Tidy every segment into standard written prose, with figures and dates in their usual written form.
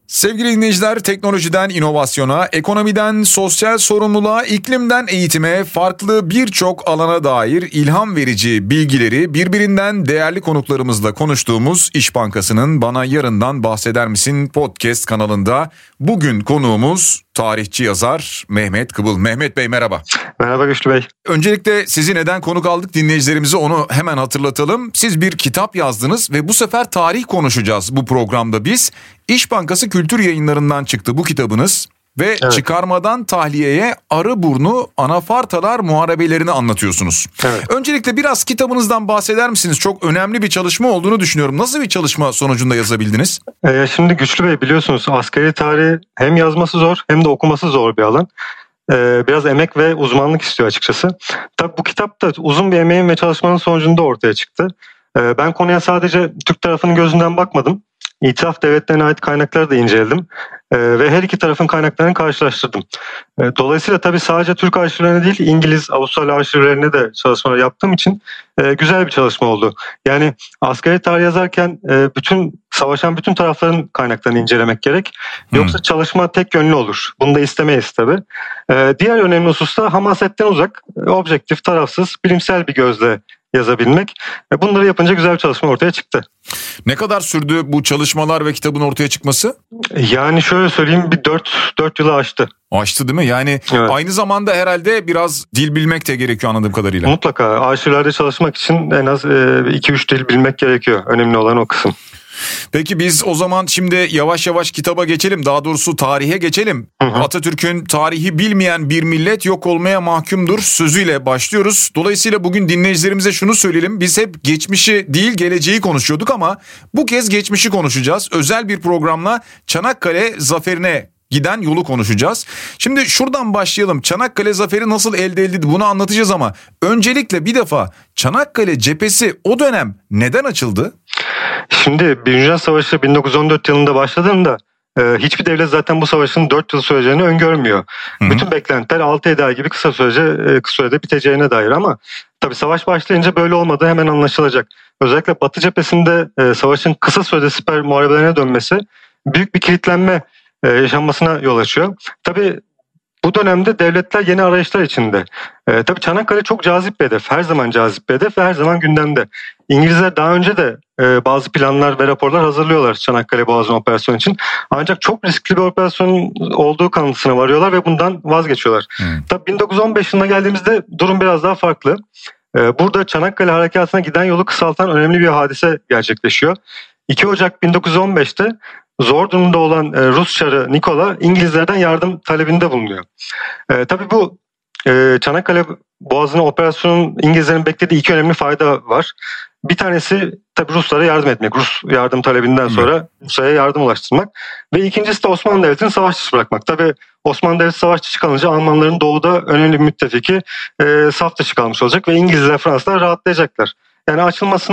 Sevgili dinleyiciler, teknolojiden inovasyona, ekonomiden sosyal sorumluluğa, iklimden eğitime, farklı birçok alana dair ilham verici bilgileri birbirinden değerli konuklarımızla konuştuğumuz İş Bankası'nın Bana Yarından Bahseder Misin podcast kanalında bugün konuğumuz tarihçi yazar Mehmet Kıbıl. Mehmet Bey merhaba. Merhaba Güçlü Bey. Öncelikle sizi neden konuk aldık dinleyicilerimize onu hemen hatırlatalım. Siz bir kitap yazdınız ve bu sefer tarih konuşacağız bu programda biz. İş Bankası Kültür Yayınları'ndan çıktı bu kitabınız ve Evet. Çıkarmadan Tahliyeye Arıburnu Anafartalar Muharebelerini anlatıyorsunuz. Evet. Öncelikle biraz kitabınızdan bahseder misiniz? Çok önemli bir çalışma olduğunu düşünüyorum. Nasıl bir çalışma sonucunda yazabildiniz? Şimdi Güçlü Bey biliyorsunuz askeri tarihi hem yazması zor hem de okuması zor bir alan. Biraz emek ve uzmanlık istiyor açıkçası. Tabii bu kitap da uzun bir emeğin ve çalışmanın sonucunda ortaya çıktı. Ben konuya sadece Türk tarafının gözünden bakmadım. İtilaf devletlerine ait kaynakları da inceledim. Ve her iki tarafın kaynaklarını karşılaştırdım. Dolayısıyla tabii sadece Türk arşivlerine değil İngiliz, Avustralya arşivlerine de çalışmalar yaptığım için güzel bir çalışma oldu. Yani askeri tarih yazarken savaşan bütün tarafların kaynaklarını incelemek gerek. Yoksa çalışma tek yönlü olur. Bunu da istemeyiz tabii. Diğer önemli husus da hamasetten uzak, objektif, tarafsız, bilimsel bir gözle yazabilmek. Bunları yapınca güzel bir çalışma ortaya çıktı. Ne kadar sürdü bu çalışmalar ve kitabın ortaya çıkması? Yani şöyle söyleyeyim bir 4 yılı aştı. Aştı değil mi? Yani Evet. aynı zamanda herhalde biraz dil bilmek de gerekiyor anladığım kadarıyla. Mutlaka arşivlerde çalışmak için en az 2-3 dil bilmek gerekiyor. Önemli olan o kısım. Peki biz o zaman şimdi yavaş yavaş kitaba geçelim. Daha doğrusu tarihe geçelim. Atatürk'ün tarihi bilmeyen bir millet yok olmaya mahkumdur sözüyle başlıyoruz. Dolayısıyla bugün dinleyicilerimize şunu söyleyelim. Biz hep geçmişi değil geleceği konuşuyorduk ama bu kez geçmişi konuşacağız. Özel bir programla Çanakkale Zaferi'ne giden yolu konuşacağız. Şimdi şuradan başlayalım. Çanakkale Zaferi nasıl elde edildi bunu anlatacağız ama öncelikle bir defa Çanakkale cephesi o dönem neden açıldı? Şimdi Birinci Dünya Savaşı 1914 yılında başladığında hiçbir devlet zaten bu savaşın 4 yıl süreceğini öngörmüyor. Bütün beklentiler 6-7 ay gibi kısa sürede biteceğine dair ama tabii savaş başlayınca böyle olmadığı hemen anlaşılacak. Özellikle Batı cephesinde savaşın kısa sürede siper muharebelerine dönmesi büyük bir kilitlenme yaşanmasına yol açıyor. Tabii bu dönemde devletler yeni arayışlar içinde. Tabii Çanakkale çok cazip bir hedef. Her zaman cazip bir hedef ve her zaman gündemde. İngilizler daha önce de bazı planlar ve raporlar hazırlıyorlar Çanakkale Boğazı'nın operasyonu için. Ancak çok riskli bir operasyon olduğu kanısına varıyorlar ve bundan vazgeçiyorlar. Tabii 1915 yılına geldiğimizde durum biraz daha farklı. Burada Çanakkale Harekatı'na giden yolu kısaltan önemli bir hadise gerçekleşiyor. 2 Ocak 1915'te zor durumda olan Rus Çarı Nikola İngilizlerden yardım talebinde bulunuyor. Tabii bu Çanakkale Boğazı'nın operasyonun İngilizlerin beklediği iki önemli fayda var. Bir tanesi tabii Ruslara yardım etmek. Rus yardım talebinden sonra Rusya'ya yardım ulaştırmak. Ve ikincisi de Osmanlı Devleti'ni savaş dışı bırakmak. Tabii Osmanlı Devleti savaş dışı kalınca Almanların doğuda önemli bir müttefiki saf dışı kalmış olacak ve İngilizler, Fransızlar rahatlayacaklar. Yani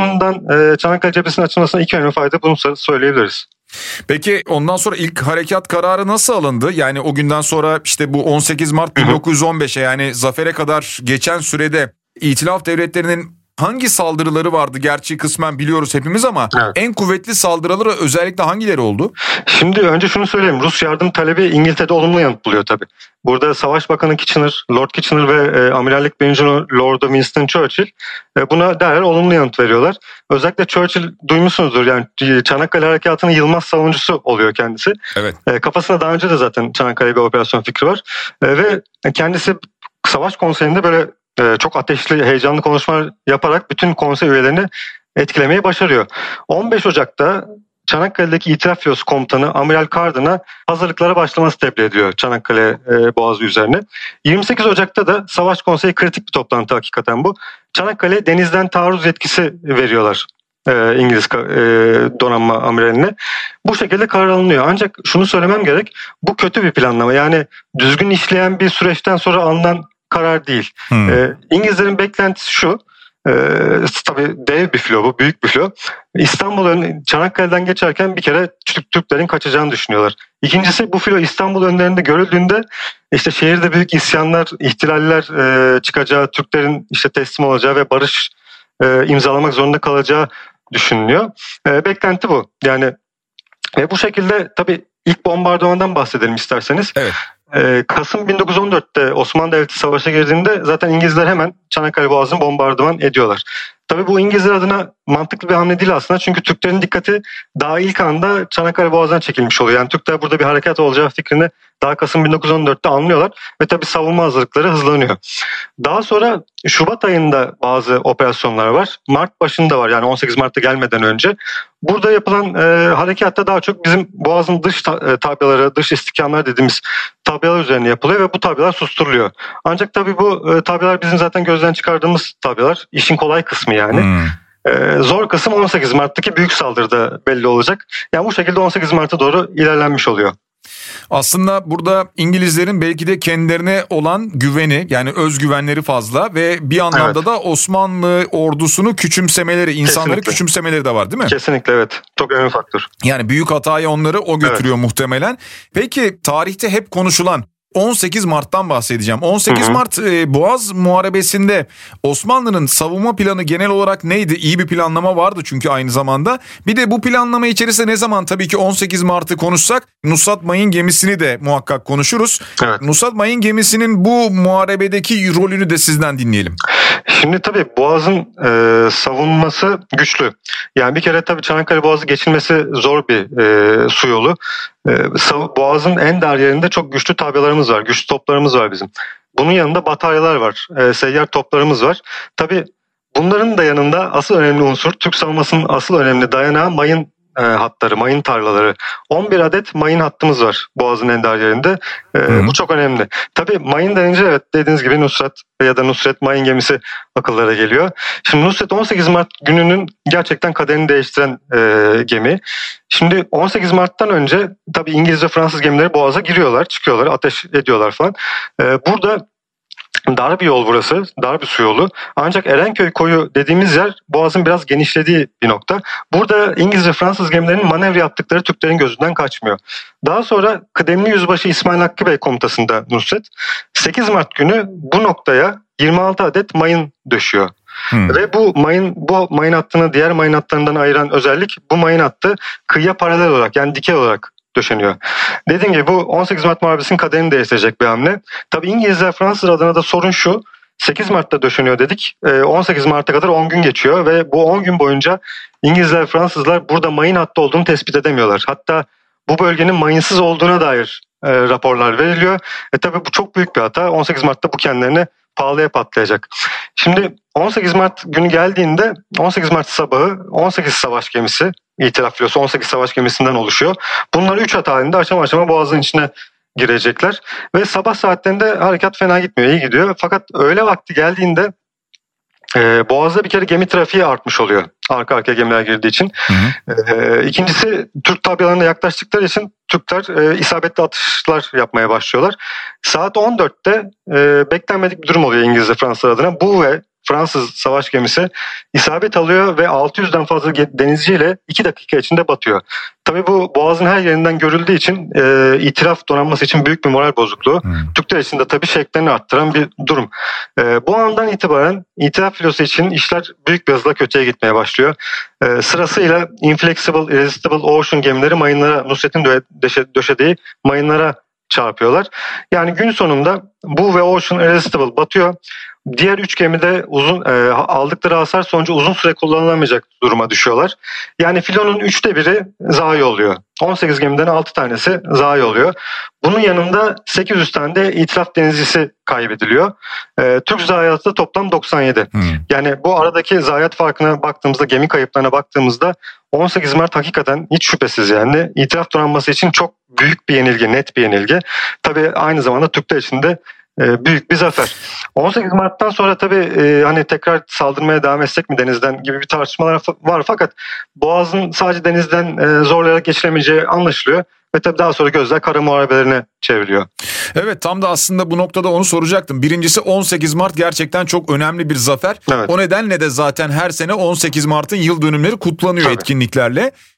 Çanakkale cephesinin açılmasına iki önemli fayda bunu söyleyebiliriz. Peki ondan sonra ilk harekat kararı nasıl alındı? Yani o günden sonra işte bu 18 Mart 1915'e yani zafere kadar geçen sürede İtilaf devletlerinin hangi saldırıları vardı? Gerçi kısmen biliyoruz hepimiz ama Evet. En kuvvetli saldırıları özellikle hangileri oldu? Şimdi önce şunu söyleyeyim. Rus yardım talebi İngiltere'de olumlu yanıt buluyor tabii. Burada Savaş Bakanı Kitchener, Lord Kitchener ve Amirallik 1. Lord'u Winston Churchill buna derhal olumlu yanıt veriyorlar. Özellikle Churchill duymuşsunuzdur yani Çanakkale Harekatı'nın yılmaz savunucusu oluyor kendisi. Evet. Kafasında daha önce de zaten Çanakkale bir operasyon fikri var. Ve kendisi Savaş Konseyi'nde böyle çok ateşli, heyecanlı konuşmalar yaparak bütün konsey üyelerini etkilemeyi başarıyor. 15 Ocak'ta Çanakkale'deki İtilaf Filosu Komutanı Amiral Carden'a hazırlıklara başlaması tebliğ ediyor Çanakkale Boğazı üzerine. 28 Ocak'ta da Savaş Konseyi kritik bir toplantı hakikaten bu. Çanakkale'ye denizden taarruz yetkisi veriyorlar İngiliz donanma amiraline. Bu şekilde karar alınıyor. Ancak şunu söylemem gerek, bu kötü bir planlama. Yani düzgün işleyen bir süreçten sonra alınan karar değil. İngilizlerin beklentisi şu, tabii dev bir filo bu, büyük bir filo. Çanakkale'den geçerken bir kere Türklerin kaçacağını düşünüyorlar. İkincisi bu filo İstanbul önlerinde görüldüğünde işte şehirde büyük isyanlar, ihtilaller çıkacağı, Türklerin işte teslim olacağı ve barış imzalamak zorunda kalacağı düşünülüyor. Beklenti bu. Yani bu şekilde tabii ilk bombardımandan bahsedelim isterseniz. Evet. Kasım 1914'te Osmanlı Devleti savaşa girdiğinde zaten İngilizler hemen Çanakkale Boğazı'nı bombardıman ediyorlar. Tabii bu İngilizler adına mantıklı bir hamle değil aslında, çünkü Türklerin dikkati daha ilk anda Çanakkale Boğazı'na çekilmiş oluyor. Yani Türkler burada bir harekat olacağı fikrini daha Kasım 1914'te anlıyorlar ve tabii savunma hazırlıkları hızlanıyor. Daha sonra Şubat ayında bazı operasyonlar var. Mart başında var, yani 18 Mart'ta gelmeden önce. Burada yapılan harekatta daha çok bizim Boğaz'ın dış tabyaları, dış istihkamlar dediğimiz tabyalar üzerine yapılıyor ve bu tabyalar susturuluyor. Ancak tabii bu tabyalar bizim zaten gözden çıkardığımız tabyalar. İşin kolay kısmı yani. Zor kısım 18 Mart'taki büyük saldırıda belli olacak. Yani bu şekilde 18 Mart'a doğru ilerlenmiş oluyor. Aslında burada İngilizlerin belki de kendilerine olan güveni, yani özgüvenleri fazla ve bir anlamda da Osmanlı ordusunu küçümsemeleri, insanları küçümsemeleri de var değil mi? Kesinlikle, evet. Çok önemli faktör. Yani büyük hatayı onları o götürüyor muhtemelen. Peki tarihte hep konuşulan 18 Mart'tan bahsedeceğim. 18 Mart Boğaz Muharebesi'nde Osmanlı'nın savunma planı genel olarak neydi? İyi bir planlama vardı çünkü aynı zamanda. Bir de bu planlama içerisinde ne zaman tabii ki 18 Mart'ı konuşsak Nusrat Mayın gemisini de muhakkak konuşuruz. Evet. Nusrat Mayın gemisinin bu muharebedeki rolünü de sizden dinleyelim. Şimdi tabii Boğaz'ın savunması güçlü. Yani bir kere tabii Çanakkale Boğazı geçilmesi zor bir su yolu. Boğaz'ın en dar yerinde çok güçlü tabyalarımız var, güçlü toplarımız var bizim. Bunun yanında bataryalar var, seyyar toplarımız var. Tabii bunların da yanında asıl önemli unsur, Türk savunmasının asıl önemli dayanağı mayın hatları, mayın tarlaları. 11 adet mayın hattımız var Boğaz'ın en dar yerinde. Bu çok önemli. Tabii mayın denince evet dediğiniz gibi Nusrat ya da Nusret Mayın gemisi akıllara geliyor. Şimdi Nusret 18 Mart gününün gerçekten kaderini değiştiren gemi. Şimdi 18 Mart'tan önce tabii İngiliz ve Fransız gemileri Boğaz'a giriyorlar, çıkıyorlar, ateş ediyorlar falan. Burada dar bir yol burası, dar bir su yolu. Ancak Erenköy koyu dediğimiz yer Boğaz'ın biraz genişlediği bir nokta. Burada İngiliz ve Fransız gemilerinin manevra yaptıkları Türklerin gözünden kaçmıyor. Daha sonra kıdemli yüzbaşı İsmail Hakkı Bey komutasında Nusret 8 Mart günü bu noktaya 26 adet mayın döşüyor. Ve bu mayın hattını diğer mayın hatlarından ayıran özellik, bu mayın hattı kıyıya paralel olarak, yani dikey olarak döşeniyor. Dediğim gibi bu 18 Mart Muharebesi'nin kaderini değiştirecek bir hamle. Tabii İngilizler Fransızlar adına da sorun şu: 8 Mart'ta döşeniyor dedik. 18 Mart'a kadar 10 gün geçiyor ve bu 10 gün boyunca İngilizler Fransızlar burada mayın hattı olduğunu tespit edemiyorlar. Hatta bu bölgenin mayınsız olduğuna dair raporlar veriliyor. Tabii bu çok büyük bir hata. 18 Mart'ta bu kendilerine pahalıya patlayacak. Şimdi 18 Mart günü geldiğinde 18 Mart sabahı 18 savaş gemisi, İtilaf filosu 18 savaş gemisinden oluşuyor. Bunlar 3 hat halinde aşama aşama Boğaz'ın içine girecekler. Ve sabah saatlerinde harekat fena gitmiyor, iyi gidiyor. Fakat öğle vakti geldiğinde Boğaz'da bir kere gemi trafiği artmış oluyor. Arka arkaya gemiler girdiği için. İkincisi, Türk tabyalarına yaklaştıkları için Türkler isabetli atışlar yapmaya başlıyorlar. Saat 14'te beklenmedik bir durum oluyor İngiliz ve Fransızlar adına. Bu ve Fransız savaş gemisi isabet alıyor ve 600'den fazla denizciyle 2 dakika içinde batıyor. Tabii bu Boğaz'ın her yerinden görüldüğü için itilaf donanması için büyük bir moral bozukluğu. Türkler için de tabii şevklerini arttıran bir durum. Bu andan itibaren itilaf filosu için işler büyük bir hızla kötüye gitmeye başlıyor. Sırasıyla Inflexible, Irresistible Ocean gemileri mayınlara, Nusret'in döşediği mayınlara çarpıyorlar. Yani gün sonunda bu ve Ocean Irresistible batıyor. Diğer 3 gemide aldıkları hasar sonucu uzun süre kullanılamayacak duruma düşüyorlar. Yani filonun 3'te 1'i zayi oluyor. 18 gemiden 6 tanesi zayi oluyor. Bunun yanında 800 tane de itilaf denizcisi kaybediliyor. Türk zayiatı da toplam 97. Yani bu aradaki zayiat farkına baktığımızda, gemi kayıplarına baktığımızda 18 Mart hakikaten hiç şüphesiz yani itilaf donanması için çok büyük bir yenilgi, net bir yenilgi. Tabii aynı zamanda Türkler için de büyük bir zafer. 18 Mart'tan sonra tabii hani tekrar saldırmaya devam etsek mi denizden gibi bir tartışmalar var, fakat Boğaz'ın sadece denizden zorlayarak geçilemeyeceği anlaşılıyor ve tabii daha sonra gözler kara muharebelerine çevriliyor. Evet, tam da aslında bu noktada onu soracaktım. Birincisi 18 Mart gerçekten çok önemli bir zafer. Evet. O nedenle de zaten her sene 18 Mart'ın yıl dönümleri kutlanıyor etkinliklerle.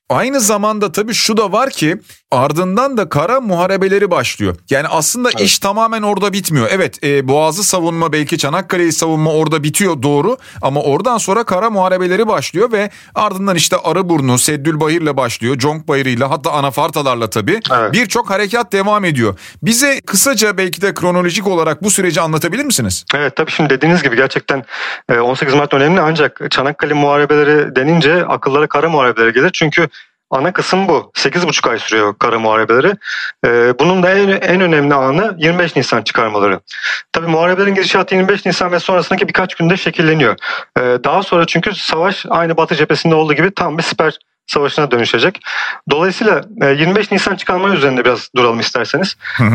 Aynı zamanda tabii şu da var ki ardından da kara muharebeleri başlıyor. Yani aslında iş tamamen orada bitmiyor. Evet, Boğaz'ı savunma, belki Çanakkale'yi savunma orada bitiyor, doğru, ama oradan sonra kara muharebeleri başlıyor ve ardından işte Arıburnu, Seddülbahir'le başlıyor, Conkbayır'ıyla, hatta Anafartalar'la tabii birçok harekat devam ediyor. Bize kısaca belki de kronolojik olarak bu süreci anlatabilir misiniz? Evet, tabii şimdi dediğiniz gibi gerçekten 18 Mart önemli, ancak Çanakkale muharebeleri denince akıllara kara muharebeleri gelir. Çünkü ana kısım bu. 8,5 ay sürüyor kara muharebeleri. Bunun da en önemli anı 25 Nisan çıkarmaları. Tabii muharebelerin gidişatı 25 Nisan ve sonrasındaki birkaç günde şekilleniyor. Daha sonra çünkü savaş aynı Batı cephesinde olduğu gibi tam bir siper savaşına dönüşecek. Dolayısıyla 25 Nisan çıkarma üzerinde biraz duralım isterseniz.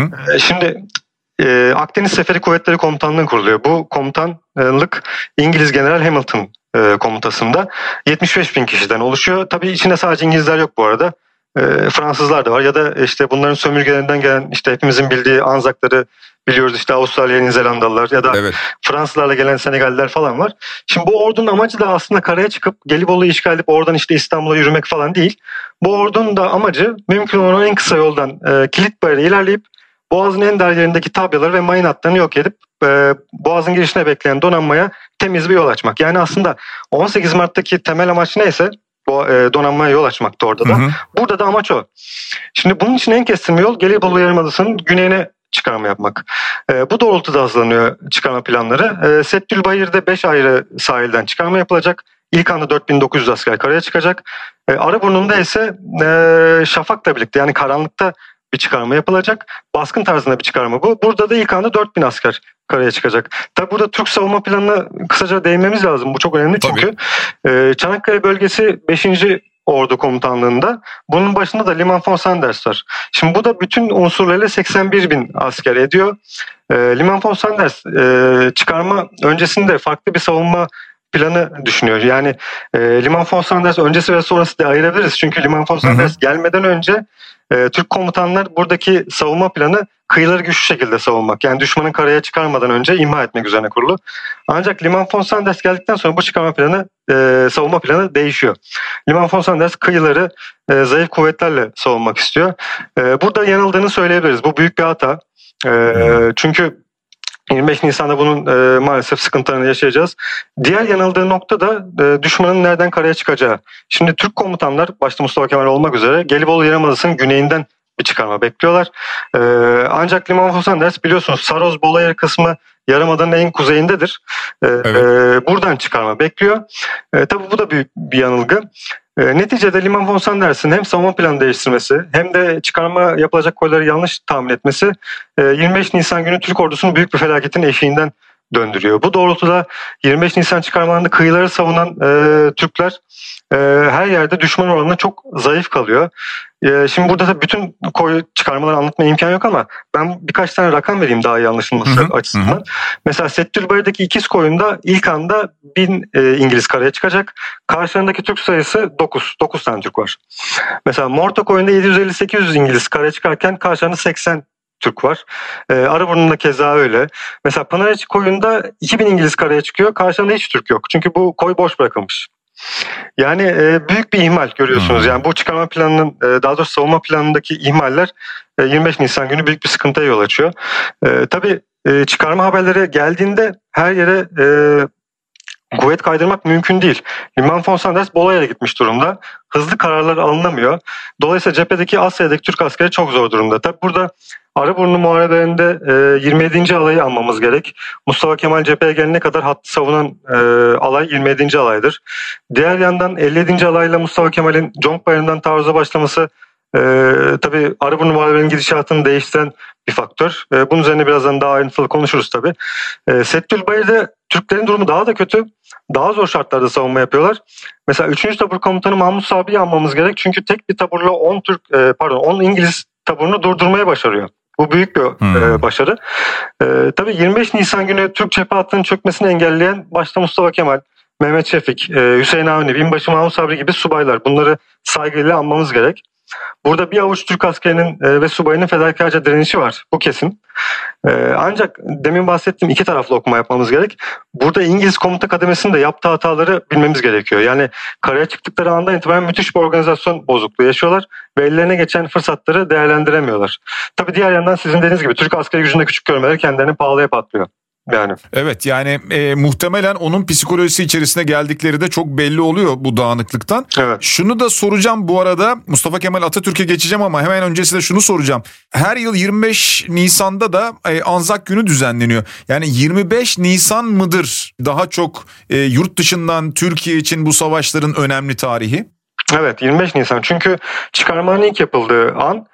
Şimdi Akdeniz Seferi Kuvvetleri Komutanlığı kuruluyor. Bu komutanlık İngiliz General Hamilton komutasında 75 bin kişiden oluşuyor. Tabii içinde sadece İngilizler yok bu arada. Fransızlar da var ya da işte bunların sömürgelerinden gelen, işte hepimizin bildiği Anzakları biliyoruz, işte Avustralya, Yeni Zelandalılar ya da Fransızlarla gelen Senegaliler falan var. Şimdi bu ordunun amacı da aslında karaya çıkıp Gelibolu'yu işgal edip oradan işte İstanbul'a yürümek falan değil. Bu ordunun da amacı mümkün olan en kısa yoldan Kilitbayır'a ilerleyip Boğaz'ın en dar yerindeki tabyaları ve mayın hatlarını yok edip Boğaz'ın girişine bekleyen donanmaya temiz bir yol açmak. Yani aslında 18 Mart'taki temel amaç neyse donanmaya yol açmaktı orada da. Burada da amaç o. Şimdi bunun için en kestirme yol Gelibolu Yarımadası'nın güneyine çıkarma yapmak. Bu doğrultuda hazırlanıyor çıkarma planları. Seddülbahir'de 5 ayrı sahilden çıkarma yapılacak. İlk anda 4900 asker karaya çıkacak. Arıburnu'nda ise şafakla birlikte, yani karanlıkta bir çıkarma yapılacak. Baskın tarzında bir çıkarma bu. Burada da ilk anda 4000 asker karaya çıkacak. Tabi burada Türk savunma planına kısaca değinmemiz lazım. Bu çok önemli çünkü Çanakkale bölgesi 5. Ordu Komutanlığı'nda. Bunun başında da Liman von Sanders var. Şimdi bu da bütün unsurlarıyla 81 bin asker ediyor. Liman von Sanders çıkarma öncesinde farklı bir savunma planı düşünüyor. Yani Liman von Sanders öncesi ve sonrası diye ayırabiliriz. Çünkü Liman von Sanders gelmeden önce Türk komutanlar buradaki savunma planı kıyıları güçlü şekilde savunmak. Yani düşmanın karaya çıkarmadan önce imha etmek üzerine kurulu. Ancak Liman von Sanders geldikten sonra bu çıkarma planı, savunma planı değişiyor. Liman von Sanders kıyıları zayıf kuvvetlerle savunmak istiyor. Burada yanıldığını söyleyebiliriz. Bu büyük bir hata. Çünkü 25 Nisan'da bunun maalesef sıkıntılarını yaşayacağız. Diğer yanıldığı nokta da düşmanın nereden karaya çıkacağı. Şimdi Türk komutanlar, başta Mustafa Kemal olmak üzere, Gelibolu Yarımadası'nın güneyinden bir çıkarma bekliyorlar. Ancak Liman von Sanders, biliyorsunuz, Saroz-Bolayır kısmı Yarımada'nın en kuzeyindedir. Buradan çıkarma bekliyor. Tabii bu da büyük bir yanılgı. Neticede Liman von Sanders'in hem savunma planı değiştirmesi hem de çıkarma yapılacak koyları yanlış tahmin etmesi 25 Nisan günü Türk ordusunun büyük bir felaketin eşiğinden döndürüyor. Bu doğrultuda 25 Nisan çıkarmalarında kıyıları savunan Türkler her yerde düşman oranına çok zayıf kalıyor. Şimdi burada da bütün koyu çıkarmaları anlatmaya imkan yok ama ben birkaç tane rakam vereyim daha iyi anlaşılması açısından. Mesela Seddülbahir'deki ikiz koyunda ilk anda 1000 İngiliz karaya çıkacak. Karşılarındaki Türk sayısı 9. 9 tane Türk var. Mesela Morta koyunda 750-800 İngiliz karaya çıkarken karşılarında 80 Türk var. Arıburnu'nda keza öyle. Mesela Pınarhich koyunda 2000 İngiliz karaya çıkıyor. Karşılarında hiç Türk yok. Çünkü bu koy boş bırakılmış. Yani büyük bir ihmal görüyorsunuz. Yani bu çıkarma planının, daha doğrusu savunma planındaki ihmaller 25 Nisan günü büyük bir sıkıntıya yol açıyor. Tabii çıkarma haberleri geldiğinde her yere kuvvet kaydırmak mümkün değil. Liman von Sanders Bolaya'ya gitmiş durumda. Hızlı kararlar alınamıyor. Dolayısıyla cephedeki az sayıdaki Türk askeri çok zor durumda. Tabii burada Arıburnu muharebelerinde 27. alayı almamız gerek. Mustafa Kemal cepheye gelene kadar hattı savunan alay 27. alaydır. Diğer yandan 57. alayla Mustafa Kemal'in Conkbayır'dan taarruza başlaması tabii Arıburnu muharebelerinin gidişatını değiştiren bir faktör. Bunun üzerine birazdan daha ayrıntılı konuşuruz tabii. Seddülbahir'de Türklerin durumu daha da kötü. Daha zor şartlarda savunma yapıyorlar. Mesela 3. Tabur Komutanı Mahmut Sabri'yi almamız gerek. Çünkü tek bir taburla 10 İngiliz taburunu durdurmaya başarıyor. Bu büyük bir başarı. Tabii 25 Nisan günü Türk cephe hattının çökmesini engelleyen başta Mustafa Kemal, Mehmet Şefik, Hüseyin Avni, Binbaşı Mahmut Sabri gibi subaylar. Bunları saygıyla anmamız gerek. Burada bir avuç Türk askerinin ve subayının fedakarca direnişi var. Bu kesin. Ancak demin bahsettiğim iki taraflı okuma yapmamız gerek. Burada İngiliz komuta kademesinin de yaptığı hataları bilmemiz gerekiyor. Yani karaya çıktıkları andan itibaren müthiş bir organizasyon bozukluğu yaşıyorlar ve ellerine geçen fırsatları değerlendiremiyorlar. Tabii diğer yandan sizin dediğiniz gibi Türk askeri gücünde küçük görmeleri kendilerini pahalıya patlıyor. Yani. Evet, yani muhtemelen onun psikolojisi içerisine geldikleri de çok belli oluyor bu dağınıklıktan. Evet. Şunu da soracağım bu arada, Mustafa Kemal Atatürk'e geçeceğim ama hemen öncesinde şunu soracağım. Her yıl 25 Nisan'da da Anzak Günü düzenleniyor. Yani 25 Nisan mıdır daha çok yurt dışından Türkiye için bu savaşların önemli tarihi? Evet, 25 Nisan çünkü çıkarmanın ilk yapıldığı an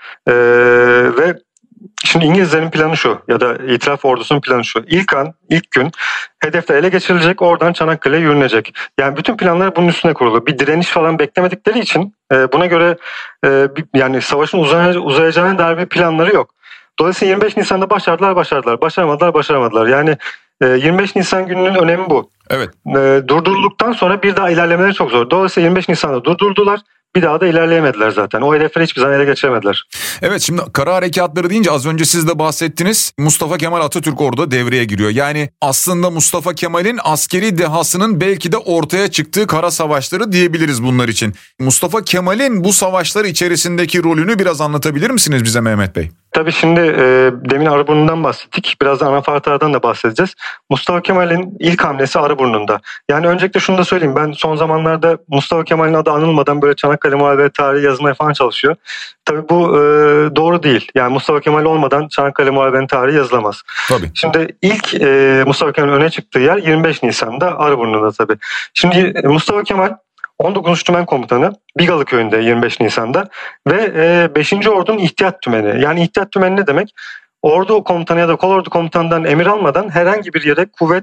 ve şimdi İngilizlerin planı şu ya da İtilaf ordusunun planı şu. İlk gün hedefler ele geçirilecek, oradan Çanakkale'ye yürünecek. Yani bütün planlar bunun üstüne kurulu. Bir direniş falan beklemedikleri için buna göre yani savaşın uzayacağına dair bir planları yok. Dolayısıyla 25 Nisan'da başardılar. Başaramadılar. Yani 25 Nisan gününün önemi bu. Evet. Durdurulduktan sonra bir daha ilerlemeleri çok zor. Dolayısıyla 25 Nisan'da durdurdular. Bir daha da ilerleyemediler zaten. O hedefleri hiçbir zaman ele geçiremediler. Evet, şimdi kara harekatları deyince az önce siz de bahsettiniz. Mustafa Kemal Atatürk orada devreye giriyor. Yani aslında Mustafa Kemal'in askeri dehasının belki de ortaya çıktığı kara savaşları diyebiliriz bunlar için. Mustafa Kemal'in bu savaşlar içerisindeki rolünü biraz anlatabilir misiniz bize Mehmet Bey? Tabii şimdi demin Arıburnu'ndan bahsettik. Birazdan Anafartar'dan da bahsedeceğiz. Mustafa Kemal'in ilk hamlesi Arıburnu'nda. Yani öncelikle şunu da söyleyeyim. Ben son zamanlarda Mustafa Kemal'in adı anılmadan böyle Çanakkale Muharebesi tarihi yazmaya falan çalışıyor. Tabii bu doğru değil. Yani Mustafa Kemal olmadan Çanakkale Muharebesi tarihi yazılamaz. Tabii. Şimdi ilk Mustafa Kemal'in öne çıktığı yer 25 Nisan'da Arıburnu'nda tabii. Şimdi Mustafa Kemal 19. Tümen Komutanı Bigalı Köyü'nde 25 Nisan'da ve 5. Ordu'nun İhtiyat Tümeni. Yani İhtiyat Tümeni ne demek? Ordu komutanı ya da kolordu komutanından emir almadan herhangi bir yere kuvvet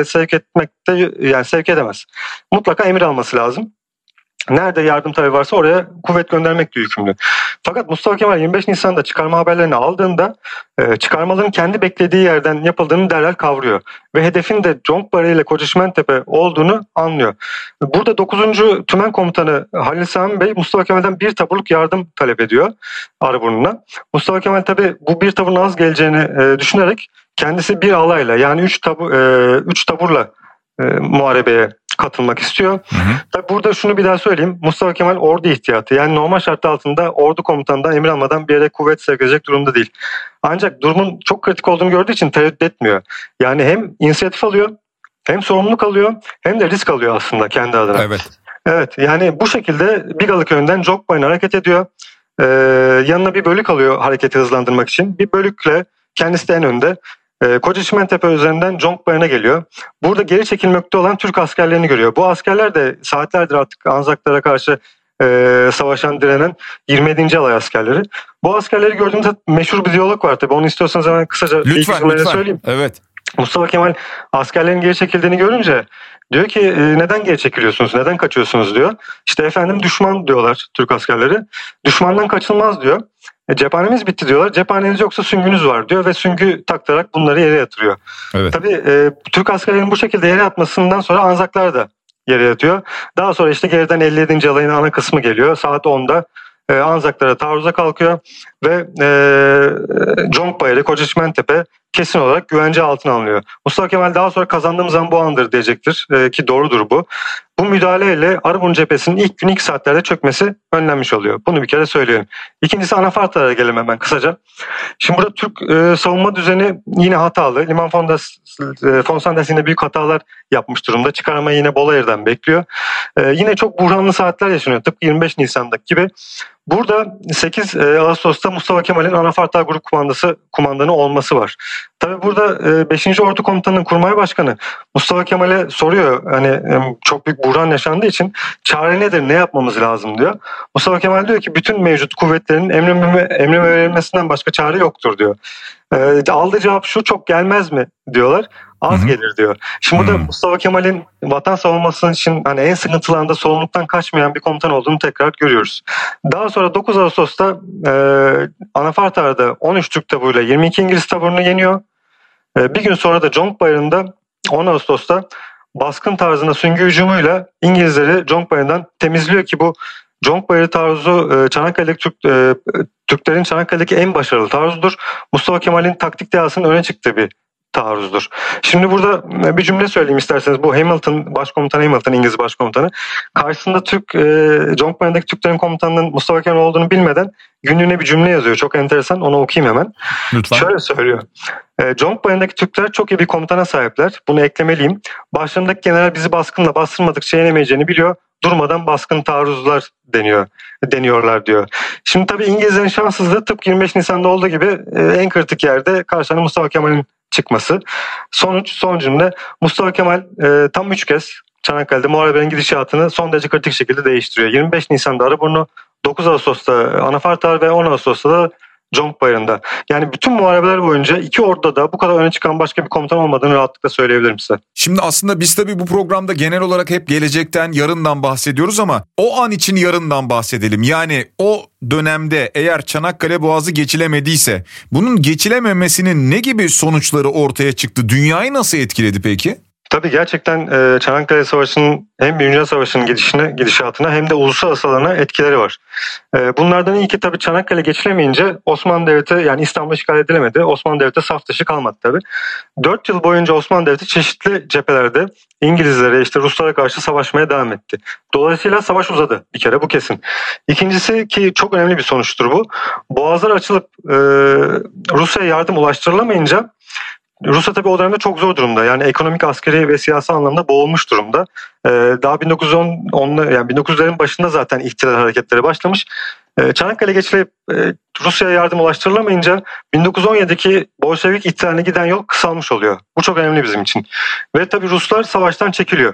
sevk edemez. Mutlaka emir alması lazım. Nerede yardım talebi varsa oraya kuvvet göndermekle yükümlü. Fakat Mustafa Kemal 25 Nisan'da çıkarma haberlerini aldığında çıkarmaların kendi beklediği yerden yapıldığını derhal kavruyor. Ve hedefin de Conkbari ile Kocaçimentepe olduğunu anlıyor. Burada 9. Tümen Komutanı Halil Sami Bey Mustafa Kemal'den bir taburluk yardım talep ediyor Arıburnu'na. Mustafa Kemal tabi bu bir taburun az geleceğini düşünerek kendisi bir alayla yani 3 taburla muharebeye katılmak istiyor. Tabi burada şunu bir daha söyleyeyim. Mustafa Kemal ordu ihtiyatı. Yani normal şartlar altında ordu komutanından emir almadan bir yere kuvvet sevk edecek durumda değil. Ancak durumun çok kritik olduğunu gördüğü için tereddüt etmiyor. Yani hem inisiyatif alıyor, hem sorumluluk alıyor, hem de risk alıyor aslında kendi adına. Evet. Evet, yani bu şekilde Bigalı Köyü'nden Jokbay'ına hareket ediyor. Yanına bir bölük alıyor hareketi hızlandırmak için. Bir bölükle kendisi de en önde. Kocaçimentepe üzerinden Jonkbayır'a geliyor. Burada geri çekilmekte olan Türk askerlerini görüyor. Bu askerler de saatlerdir artık Anzaklara karşı savaşan, direnen 27. Alay askerleri. Bu askerleri gördüğümde meşhur bir diyalog var tabii. Onu istiyorsanız hemen kısaca lütfen. söyleyeyim. Evet. Mustafa Kemal askerlerin geri çekildiğini görünce diyor ki neden geri çekiliyorsunuz, neden kaçıyorsunuz diyor. İşte efendim düşman diyorlar Türk askerleri. Düşmandan kaçılmaz diyor. Cephanemiz bitti diyorlar. Cephaneniz yoksa süngünüz var diyor ve süngü taktarak bunları yere yatırıyor. Evet. Tabii Türk askerlerinin bu şekilde yere yatmasından sonra Anzaklar da yere yatıyor. Daha sonra işte geriden 57. alayın ana kısmı geliyor. Saat 10'da Anzaklara taarruza kalkıyor ve Conkbayır'ı, Kocaçimentepe kesin olarak güvence altına alınıyor. Mustafa Kemal daha sonra kazandığımız zaman bu andır diyecektir ki doğrudur bu. Bu müdahaleyle Arıburnu cephesinin ilk saatlerde çökmesi önlenmiş oluyor. Bunu bir kere söyleyelim. İkincisi Anafartar'a gelelim hemen kısaca. Şimdi burada Türk savunma düzeni yine hatalı. Liman Fonsandes yine büyük hatalar yapmış durumda. Çıkarmayı yine Bolayır'dan bekliyor. Yine çok buhranlı saatler yaşanıyor. Tıpkı 25 Nisan'daki gibi. Burada 8 Ağustos'ta Mustafa Kemal'in Anafartar Grup kumandanı olması var. Tabii burada 5. Ordu Komutanı'nın Kurmay Başkanı Mustafa Kemal'e soruyor. Hani çok büyük buhran yaşandığı için çare nedir, ne yapmamız lazım diyor. Mustafa Kemal diyor ki bütün mevcut kuvvetlerin emrime verilmesinden başka çare yoktur diyor. Aldığı cevap şu, çok gelmez mi diyorlar. Az gelir diyor. Şimdi burada Mustafa Kemal'in vatan savunması için hani en sıkıntılı anda sorumluluktan kaçmayan bir komutan olduğunu tekrar görüyoruz. Daha sonra 9 Ağustos'ta Anafartar'da 13 Türk taburuyla 22 İngiliz taburunu yeniyor. Bir gün sonra da Jonkbayır'ında 10 Ağustos'ta baskın tarzında süngü hücumuyla İngilizleri Jonkbayır'dan temizliyor ki bu Conk Bayırı taarruzu Çanakkale'deki Türklerin Çanakkale'deki en başarılı taarruzudur. Mustafa Kemal'in taktik dehasının öne çıktığı bir taarruzdur. Şimdi burada bir cümle söyleyeyim isterseniz. Bu Hamilton, Başkomutan Hamilton, İngiliz Başkomutanı. Karşısında Conk Bayırı'ndaki Türklerin komutanının Mustafa Kemal olduğunu bilmeden günlüğüne bir cümle yazıyor. Çok enteresan. Onu okuyayım hemen. Lütfen. Şöyle söylüyor. Conk Bayırı'ndaki Türkler çok iyi bir komutana sahipler. Bunu eklemeliyim. Başlarındaki general bizi baskınla bastırmadıkça yenemeyeceğini biliyor. Durmadan baskın taarruzlar deniyorlar diyor. Şimdi tabii İngilizlerin şanssızlığı tıpkı 25 Nisan'da olduğu gibi en kritik yerde karşılarına Mustafa Kemal'in çıkması. Son cümle Mustafa Kemal tam 3 kez Çanakkale'de muharebenin gidişatını son derece kritik şekilde değiştiriyor. 25 Nisan'da Arıburnu, 9 Ağustos'ta Anafartar ve 10 Ağustos'ta da Conk Bayırı'nda. Yani bütün muharebeler boyunca iki orduda da bu kadar öne çıkan başka bir komutan olmadığını rahatlıkla söyleyebilirim size. Şimdi aslında biz tabii bu programda genel olarak hep gelecekten, yarından bahsediyoruz ama o an için yarından bahsedelim. Yani o dönemde eğer Çanakkale Boğazı geçilemediyse bunun geçilememesinin ne gibi sonuçları ortaya çıktı? Dünyayı nasıl etkiledi peki? Tabii gerçekten Çanakkale Savaşı'nın hem Birinci Dünya Savaşı'nın gidişatına hem de uluslararası alana etkileri var. Bunlardan ilki tabii Çanakkale geçilemeyince Osmanlı Devleti, yani İstanbul işgal edilemedi. Osmanlı Devleti saf dışı kalmadı tabii. 4 yıl boyunca Osmanlı Devleti çeşitli cephelerde İngilizlere, Ruslara karşı savaşmaya devam etti. Dolayısıyla savaş uzadı bir kere, bu kesin. İkincisi, ki çok önemli bir sonuçtur bu. Boğazlar açılıp Rusya'ya yardım ulaştırılamayınca Rusya tabii o dönemde çok zor durumda. Yani ekonomik, askeri ve siyasi anlamda boğulmuş durumda. Daha 1900'lerin başında zaten ihtilal hareketleri başlamış. Çanakkale geçilip Rusya'ya yardım ulaştırılamayınca 1917'deki Bolşevik ihtilaline giden yol kısalmış oluyor. Bu çok önemli bizim için. Ve tabii Ruslar savaştan çekiliyor.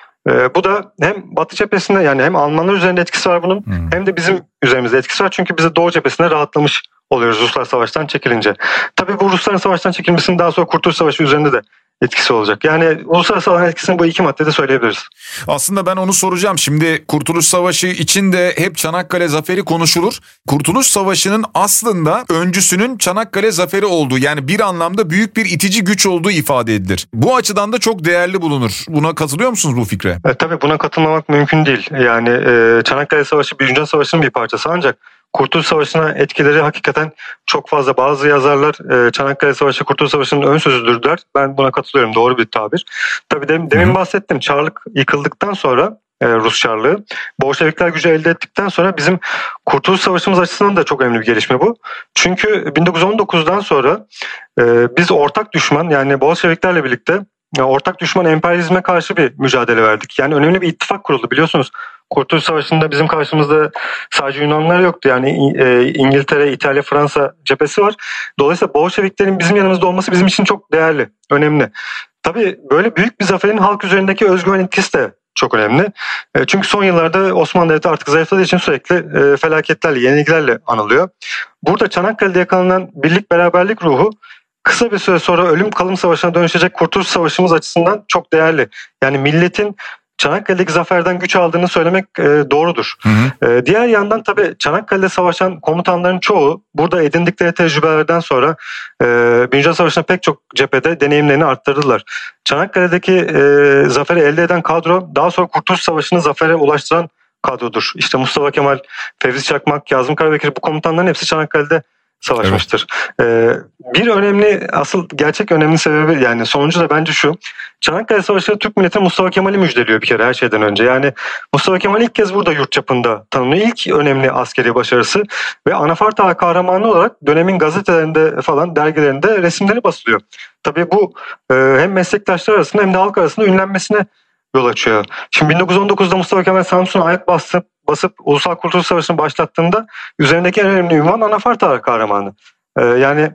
Bu da hem Batı cephesinde, yani hem Almanlar üzerinde etkisi var bunun, hem de bizim üzerimizde etkisi var. Çünkü biz de Doğu cephesinde rahatlamış oluyoruz Ruslar savaştan çekilince. Tabii bu Rusların savaştan çekilmesinin daha sonra Kurtuluş Savaşı üzerinde de etkisi olacak. Yani uluslararası alan etkisini bu iki maddede söyleyebiliriz. Aslında ben onu soracağım. Şimdi Kurtuluş Savaşı için de hep Çanakkale Zaferi konuşulur. Kurtuluş Savaşı'nın aslında öncüsünün Çanakkale Zaferi olduğu, yani bir anlamda büyük bir itici güç olduğu ifade edilir. Bu açıdan da çok değerli bulunur. Buna katılıyor musunuz bu fikre? Tabii buna katılmamak mümkün değil. Yani Çanakkale Savaşı Birinci Dünya Savaşı'nın bir parçası, ancak Kurtuluş Savaşı'na etkileri hakikaten çok fazla. Bazı yazarlar Çanakkale Savaşı Kurtuluş Savaşı'nın ön sözüdür der. Ben buna katılıyorum. Doğru bir tabir. Tabii demin bahsettim. Çarlık yıkıldıktan sonra, Rus Çarlığı, Bolşevikler gücü elde ettikten sonra bizim Kurtuluş Savaşı'mız açısından da çok önemli bir gelişme bu. Çünkü 1919'dan sonra biz ortak düşman, yani Bolşeviklerle birlikte ortak düşman emperyalizme karşı bir mücadele verdik. Yani önemli bir ittifak kuruldu, biliyorsunuz. Kurtuluş Savaşı'nda bizim karşımızda sadece Yunanlar yoktu. Yani İngiltere, İtalya, Fransa cephesi var. Dolayısıyla Bolşeviklerin bizim yanımızda olması bizim için çok değerli, önemli. Tabii böyle büyük bir zaferin halk üzerindeki özgüven etkisi de çok önemli. Çünkü son yıllarda Osmanlı Devleti artık zayıfladığı için sürekli felaketlerle, yenilgilerle anılıyor. Burada Çanakkale'de yakalanan birlik, beraberlik ruhu kısa bir süre sonra ölüm kalım savaşına dönüşecek Kurtuluş Savaşımız açısından çok değerli. Yani milletin Çanakkale'deki zaferden güç aldığını söylemek doğrudur. Diğer yandan tabii Çanakkale'de savaşan komutanların çoğu burada edindikleri tecrübelerden sonra Birinci Dünya Savaşı'nda pek çok cephede deneyimlerini arttırdılar. Çanakkale'deki zaferi elde eden kadro daha sonra Kurtuluş Savaşı'nı zafere ulaştıran kadrodur. İşte Mustafa Kemal, Fevzi Çakmak, Kazım Karabekir, bu komutanların hepsi Çanakkale'de savaşmıştır. Evet. Bir önemli, asıl gerçek önemli sebebi, yani sonucu da bence şu: Çanakkale Savaşı Türk milleti Mustafa Kemal'i müjdeliyor bir kere her şeyden önce. Yani Mustafa Kemal ilk kez burada yurt çapında tanınıyor. İlk önemli askeri başarısı ve Anafart Ağa kahramanı olarak dönemin gazetelerinde falan, dergilerinde resimleri basılıyor. Tabii bu hem meslektaşlar arasında hem de halk arasında ünlenmesine yol açıyor. Şimdi 1919'da Mustafa Kemal Samsun'a ayak basıp Ulusal Kurtuluş Savaşı'nı başlattığında üzerindeki en önemli ünvan Anafart Ağa kahramanı. Yani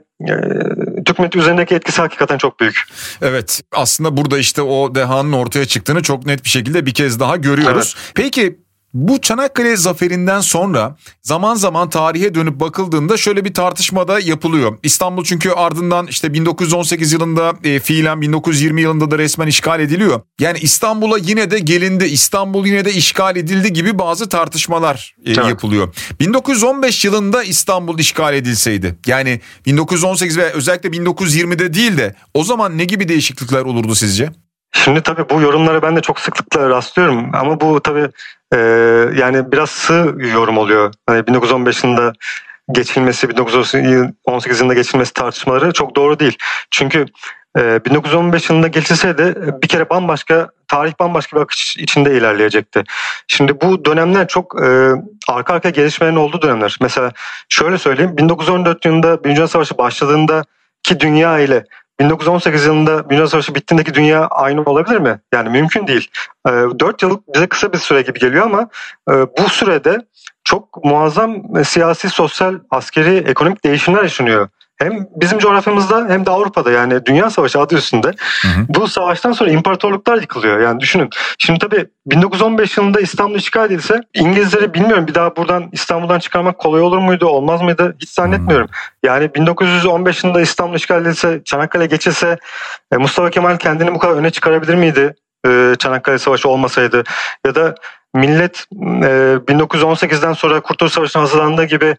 Türk milleti üzerindeki etkisi hakikaten çok büyük. Evet, aslında burada işte o dehanın ortaya çıktığını çok net bir şekilde bir kez daha görüyoruz. Evet. Peki bu Çanakkale zaferinden sonra zaman zaman tarihe dönüp bakıldığında şöyle bir tartışma da yapılıyor. İstanbul çünkü ardından işte 1918 yılında fiilen 1920 yılında da resmen işgal ediliyor. Yani İstanbul'a yine de gelindi, İstanbul yine de işgal edildi gibi bazı tartışmalar yapılıyor. 1915 yılında İstanbul işgal edilseydi, yani 1918 ve özellikle 1920'de değil de o zaman ne gibi değişiklikler olurdu sizce? Şimdi tabii bu yorumlara ben de çok sıklıkla rastlıyorum ama bu tabii Yani biraz sığ yorum oluyor. Hani 1915 yılında geçilmesi, 1918 yılında geçilmesi tartışmaları çok doğru değil. Çünkü 1915 yılında geçilseydi bir kere tarih bambaşka bir akış içinde ilerleyecekti. Şimdi bu dönemler çok arka arkaya gelişmelerin olduğu dönemler. Mesela şöyle söyleyeyim, 1914 yılında Birinci Dünya Savaşı başladığındaki dünya ile 1918 yılında Dünya Savaşı bittiğindeki dünya aynı olabilir mi? Yani mümkün değil. 4 yıl bize kısa bir süre gibi geliyor ama bu sürede çok muazzam siyasi, sosyal, askeri, ekonomik değişimler yaşanıyor. Hem bizim coğrafyamızda hem de Avrupa'da, yani Dünya Savaşı adı üstünde. Bu savaştan sonra imparatorluklar yıkılıyor. Yani düşünün. Şimdi tabii 1915 yılında İstanbul işgal edilse İngilizleri bilmiyorum bir daha İstanbul'dan çıkarmak kolay olur muydu, olmaz mıydı hiç zannetmiyorum. Yani 1915 yılında İstanbul işgal edilse, Çanakkale geçilse Mustafa Kemal kendini bu kadar öne çıkarabilir miydi? Çanakkale Savaşı olmasaydı, ya da millet 1918'den sonra Kurtuluş Savaşı'na hazırlandığı gibi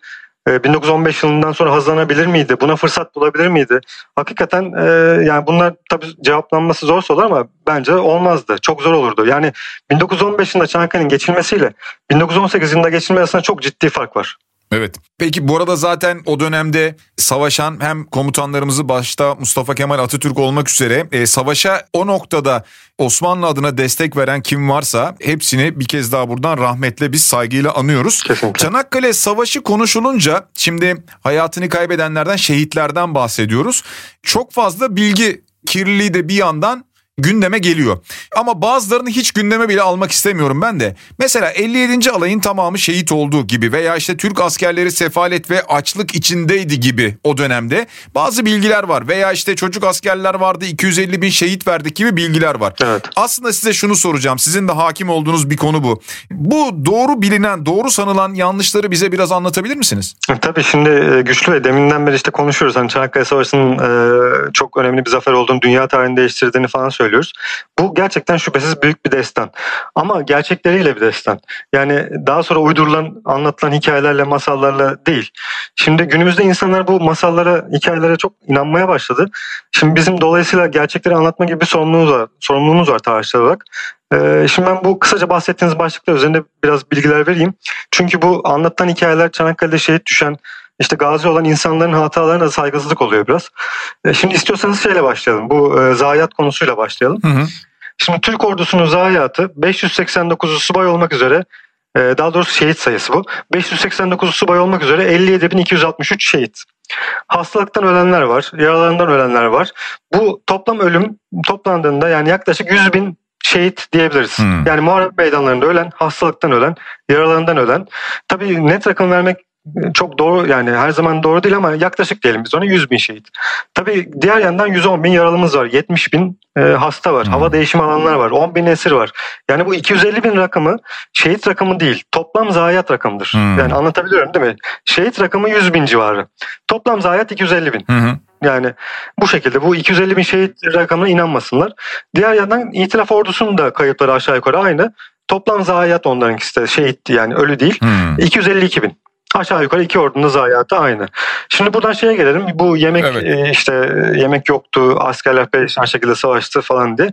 1915 yılından sonra hazırlanabilir miydi? Buna fırsat bulabilir miydi? Hakikaten yani bunlar tabii cevaplanması zor sorular ama bence olmazdı. Çok zor olurdu. Yani 1915 yılında Çanakkale'nin geçilmesiyle 1918 yılında geçilmesi arasında çok ciddi fark var. Evet. Peki bu arada zaten o dönemde savaşan hem komutanlarımızı başta Mustafa Kemal Atatürk olmak üzere savaşa o noktada Osmanlı adına destek veren kim varsa hepsini bir kez daha buradan rahmetle biz saygıyla anıyoruz. Kesinlikle. Çanakkale Savaşı konuşulunca şimdi hayatını kaybedenlerden, şehitlerden bahsediyoruz. Çok fazla bilgi kirliliği de bir yandan gündeme geliyor. Ama bazılarını hiç gündeme bile almak istemiyorum ben de. Mesela 57. alayın tamamı şehit olduğu gibi veya işte Türk askerleri sefalet ve açlık içindeydi gibi o dönemde bazı bilgiler var. Veya işte çocuk askerler vardı, 250 bin şehit verdik gibi bilgiler var. Evet. Aslında size şunu soracağım. Sizin de hakim olduğunuz bir konu bu. Bu doğru bilinen, doğru sanılan yanlışları bize biraz anlatabilir misiniz? Tabii şimdi güçlü ve deminden beri işte konuşuyoruz. Hani Çanakkale Savaşı'nın çok önemli bir zafer olduğunu, dünya tarihini değiştirdiğini falan söylüyoruz. Bu gerçekten şüphesiz büyük bir destan. Ama gerçekleriyle bir destan. Yani daha sonra uydurulan, anlatılan hikayelerle, masallarla değil. Şimdi günümüzde insanlar bu masallara, hikayelere çok inanmaya başladı. Şimdi bizim dolayısıyla gerçekleri anlatma gibi bir sorumluluğumuz var tarihçiler olarak. Şimdi ben bu kısaca bahsettiğiniz başlıklar üzerinde biraz bilgiler vereyim. Çünkü bu anlatılan hikayeler Çanakkale'de şehit düşen, İşte gazi olan insanların hatalarına da saygısızlık oluyor biraz. Şimdi istiyorsanız şeyle başlayalım. Bu zayiat konusuyla başlayalım. Şimdi Türk ordusunun zayiatı 589'u subay olmak üzere, daha doğrusu şehit sayısı bu. 589'u subay olmak üzere 57.263 şehit. Hastalıktan ölenler var, yaralarından ölenler var. Bu toplam ölüm toplandığında yani yaklaşık 100.000 şehit diyebiliriz. Yani muharebe meydanlarında ölen, hastalıktan ölen, yaralarından ölen. Tabii net rakam vermek çok doğru, yani her zaman doğru değil ama yaklaşık diyelim biz ona 100.000 şehit. Tabii diğer yandan 110.000 yaralımız var, 70.000 hasta var, hava değişimi alanlar var, 10.000 esir var. Yani bu 250.000 rakamı şehit rakamı değil, toplam zayiat rakamıdır. Yani anlatabiliyorum değil mi? Şehit rakamı 100.000 civarı. Toplam zayiat 250.000. Yani bu şekilde bu 250.000 şehit rakamına inanmasınlar. Diğer yandan İtilaf ordusunun da kayıpları aşağı yukarı aynı. Toplam zayiat onlarınkisi de şehitti, yani ölü değil. 252.000. Aşağı yukarı iki ordunun zayiatı aynı. Şimdi buradan şeye gelelim. Bu yemek, evet. İşte yemek yoktu, askerler perişan şekilde savaştı falan diye.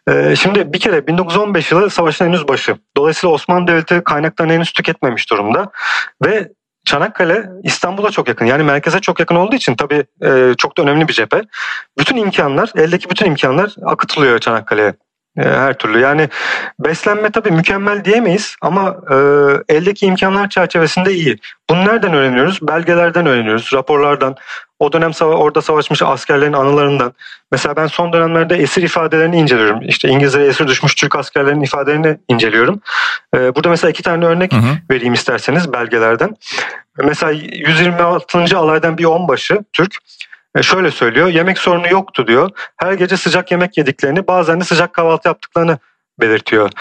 Şimdi bir kere 1915 yılı savaşın henüz başı. Dolayısıyla Osmanlı Devleti kaynaklarını henüz tüketmemiş durumda. Ve Çanakkale İstanbul'a çok yakın, yani merkeze çok yakın olduğu için tabii çok da önemli bir cephe. Bütün imkanlar, eldeki bütün imkanlar akıtılıyor Çanakkale'ye. Her türlü, yani beslenme tabii mükemmel diyemeyiz ama eldeki imkanlar çerçevesinde iyi. Bunu nereden öğreniyoruz? Belgelerden öğreniyoruz, raporlardan, o dönem orada savaşmış askerlerin anılarından. Mesela ben son dönemlerde esir ifadelerini inceliyorum. İşte İngilizlere esir düşmüş Türk askerlerinin ifadelerini inceliyorum. Burada mesela 2 tane örnek vereyim isterseniz belgelerden. Mesela 126. alaydan bir onbaşı Türk. Şöyle söylüyor, yemek sorunu yoktu diyor. Her gece sıcak yemek yediklerini, bazen de sıcak kahvaltı yaptıklarını belirtiyor.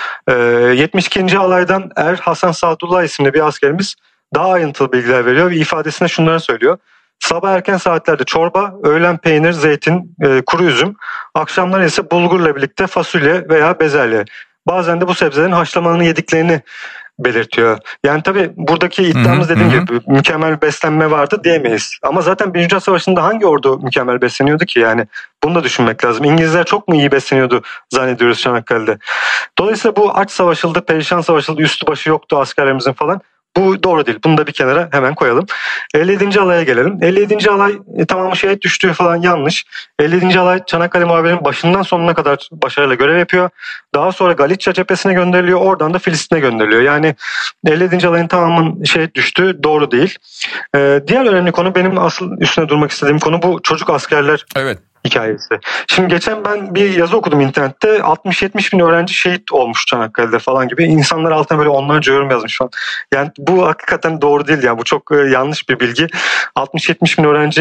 72. alaydan Hasan Sadullah isimli bir askerimiz daha ayrıntılı bilgiler veriyor ve ifadesinde şunları söylüyor. Sabah erken saatlerde çorba, öğlen peynir, zeytin, kuru üzüm, akşamlar ise bulgurla birlikte fasulye veya bezelye. Bazen de bu sebzelerin haşlamalarını yediklerini belirtiyor. Yani tabii buradaki iddiamız dediğim gibi mükemmel beslenme vardı diyemeyiz. Ama zaten Birinci Dünya Savaşı'nda hangi ordu mükemmel besleniyordu ki yani? Bunu da düşünmek lazım. İngilizler çok mu iyi besleniyordu zannediyoruz Çanakkale'de. Dolayısıyla bu aç savaşıldı, perişan savaşıldı, üstü başı yoktu askerlerimizin falan. Bu doğru değil. Bunu da bir kenara hemen koyalım. 57. alaya gelelim. 57. alay tamamı şehit düştüğü falan yanlış. 57. alay Çanakkale Muharebesi'nin başından sonuna kadar başarıyla görev yapıyor. Daha sonra Galicia cephesine gönderiliyor. Oradan da Filistin'e gönderiliyor. Yani 57. alayın tamamının şehit düştüğü doğru değil. Diğer önemli konu, benim asıl üstüne durmak istediğim konu bu çocuk askerler. Evet. Hikayesi. Şimdi geçen ben bir yazı okudum internette. 60-70 bin öğrenci şehit olmuş Çanakkale'de falan gibi. İnsanlar altına böyle onlarca yorum yazmış falan. Yani bu hakikaten doğru değil yani. Bu çok yanlış bir bilgi. 60-70 bin öğrenci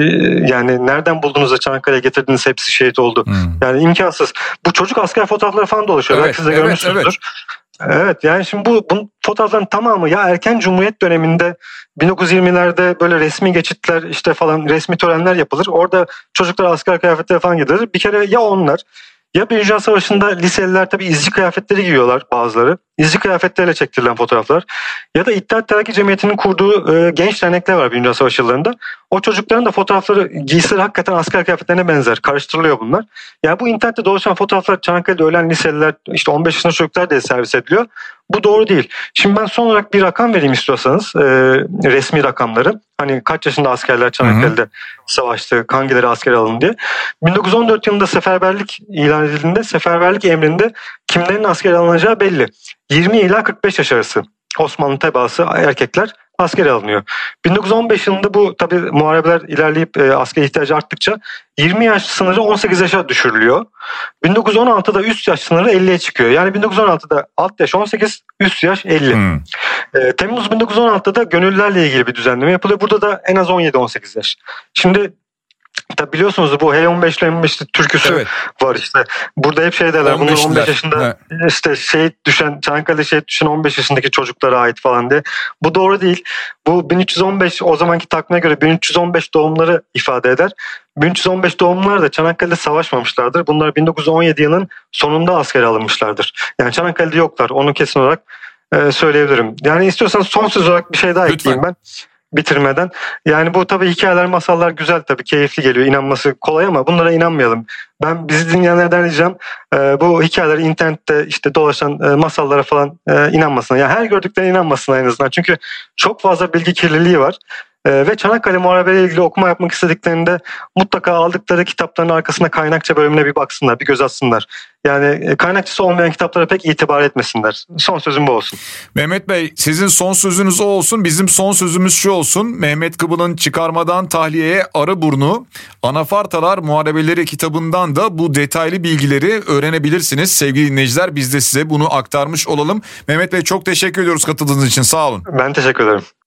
yani nereden buldunuz da Çanakkale'ye getirdiniz hepsi şehit oldu. Yani imkansız. Bu çocuk asker fotoğrafları falan dolaşıyor. Belki siz de görmüşsünüzdür. Evet. Evet, yani şimdi bu fotoğrafların tamamı ya erken Cumhuriyet döneminde 1920'lerde böyle resmi geçitler işte falan resmi törenler yapılır. Orada çocuklar asker kıyafetleri falan giyilir. Bir kere ya onlar ya Birinci Dünya Savaşı'nda liseliler tabii izci kıyafetleri giyiyorlar bazıları. İzci kıyafetleriyle çektirilen fotoğraflar. Ya da İttihat Terakki Cemiyeti'nin kurduğu genç dernekler var Birinci Dünya Savaşı yıllarında. O çocukların da fotoğrafları, giysileri hakikaten asker kıyafetlerine benzer. Karıştırılıyor bunlar. Yani bu internette dolaşan fotoğraflar Çanakkale'de ölen liseliler, işte 15 yaşında çocuklar diye servis ediliyor. Bu doğru değil. Şimdi ben son olarak bir rakam vereyim istiyorsanız. Resmi rakamları. Hani kaç yaşında askerler Çanakkale'de savaştı, hangileri asker alındı diye. 1914 yılında seferberlik ilan edildiğinde seferberlik emrinde kimlerin asker alınacağı belli. 20 ila 45 yaş arası Osmanlı tebaası erkekler askere alınıyor. 1915 yılında bu tabii muharebeler ilerleyip asker ihtiyacı arttıkça 20 yaş sınırı 18 yaşa düşürülüyor. 1916'da üst yaş sınırı 50'ye çıkıyor. Yani 1916'da alt yaş 18, üst yaş 50. Temmuz 1916'da gönüllülerle ilgili bir düzenleme yapılıyor. Burada da en az 17-18 yaş. Şimdi tabi biliyorsunuz bu H15 ile M15 türküsü var işte. Burada hep şey derler. Bunlar 15 yaşında işte şehit düşen, Çanakkale'de şehit düşen 15 yaşındaki çocuklara ait falan diye. Bu doğru değil. Bu 1315 o zamanki takvime göre 1315 doğumları ifade eder. 1315 doğumlular da Çanakkale'de savaşmamışlardır. Bunlar 1917 yılının sonunda askere alınmışlardır. Yani Çanakkale'de yoklar. Onu kesin olarak söyleyebilirim. Yani istiyorsanız son söz olarak bir şey daha ekleyeyim ben. Bitirmeden. Yani bu tabii hikayeler, masallar güzel tabii, keyifli geliyor. İnanması kolay ama bunlara inanmayalım. Ben bizi dinleyenlerden ricam bu hikayeleri internette işte dolaşan masallara falan inanmasına. Yani her gördüklerine inanmasına en azından. Çünkü çok fazla bilgi kirliliği var. Ve Çanakkale Muharebe'yle ilgili okuma yapmak istediklerinde mutlaka aldıkları kitapların arkasında kaynakça bölümüne bir baksınlar, bir göz atsınlar. Yani kaynakçısı olmayan kitaplara pek itibar etmesinler. Son sözüm bu olsun. Mehmet Bey, sizin son sözünüz o olsun. Bizim son sözümüz şu olsun. Mehmet Kıbıl'ın Çıkarmadan Tahliyeye Arıburnu, Anafartalar Muharebeleri kitabından da bu detaylı bilgileri öğrenebilirsiniz. Sevgili dinleyiciler, biz de size bunu aktarmış olalım. Mehmet Bey, çok teşekkür ediyoruz katıldığınız için. Sağ olun. Ben teşekkür ederim.